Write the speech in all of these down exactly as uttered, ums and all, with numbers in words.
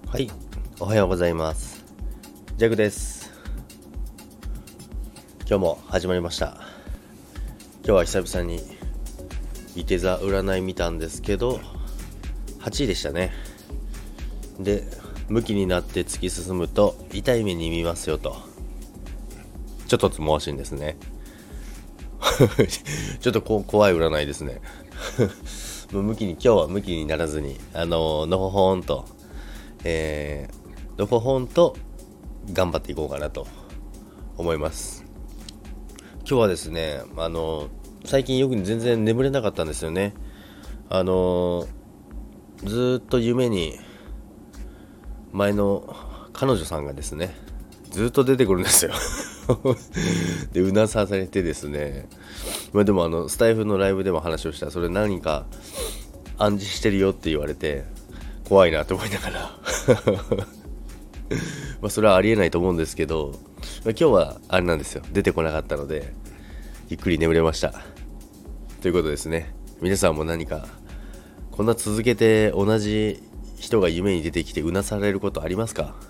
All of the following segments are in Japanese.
はい、おはようございます。ジャグです。今日も始まりました。今日は久々にいて座占い見たんですけどはちいでしたね。で、向きになって突き進むと痛い目に見ますよと。ちょっとつもわしいんですね。ちょっとこ怖い占いですね。もう向きに今日は向きにならずにあののほほんとえーのほほんと頑張っていこうかなと思います。今日はですね、あの最近よく全然眠れなかったんですよね。あのずっと夢に前の彼女さんがですねずっと出てくるんですよ。でうなさされてですね、まあ、でもあのスタイフのライブでも話をしたらそれ何か暗示してるよって言われて怖いなと思いながらまあそれはありえないと思うんですけど、まあ、今日はあれなんですよ、出てこなかったのでゆっくり眠れましたということですね。皆さんも何かこんな続けて同じ人が夢に出てきてうなされることありますか？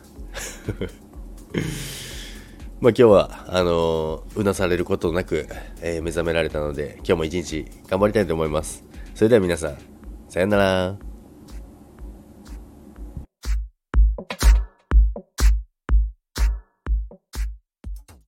まあ今日はあのー、うなされることなく、えー、目覚められたので今日も一日頑張りたいと思います。それでは皆さんさよなら。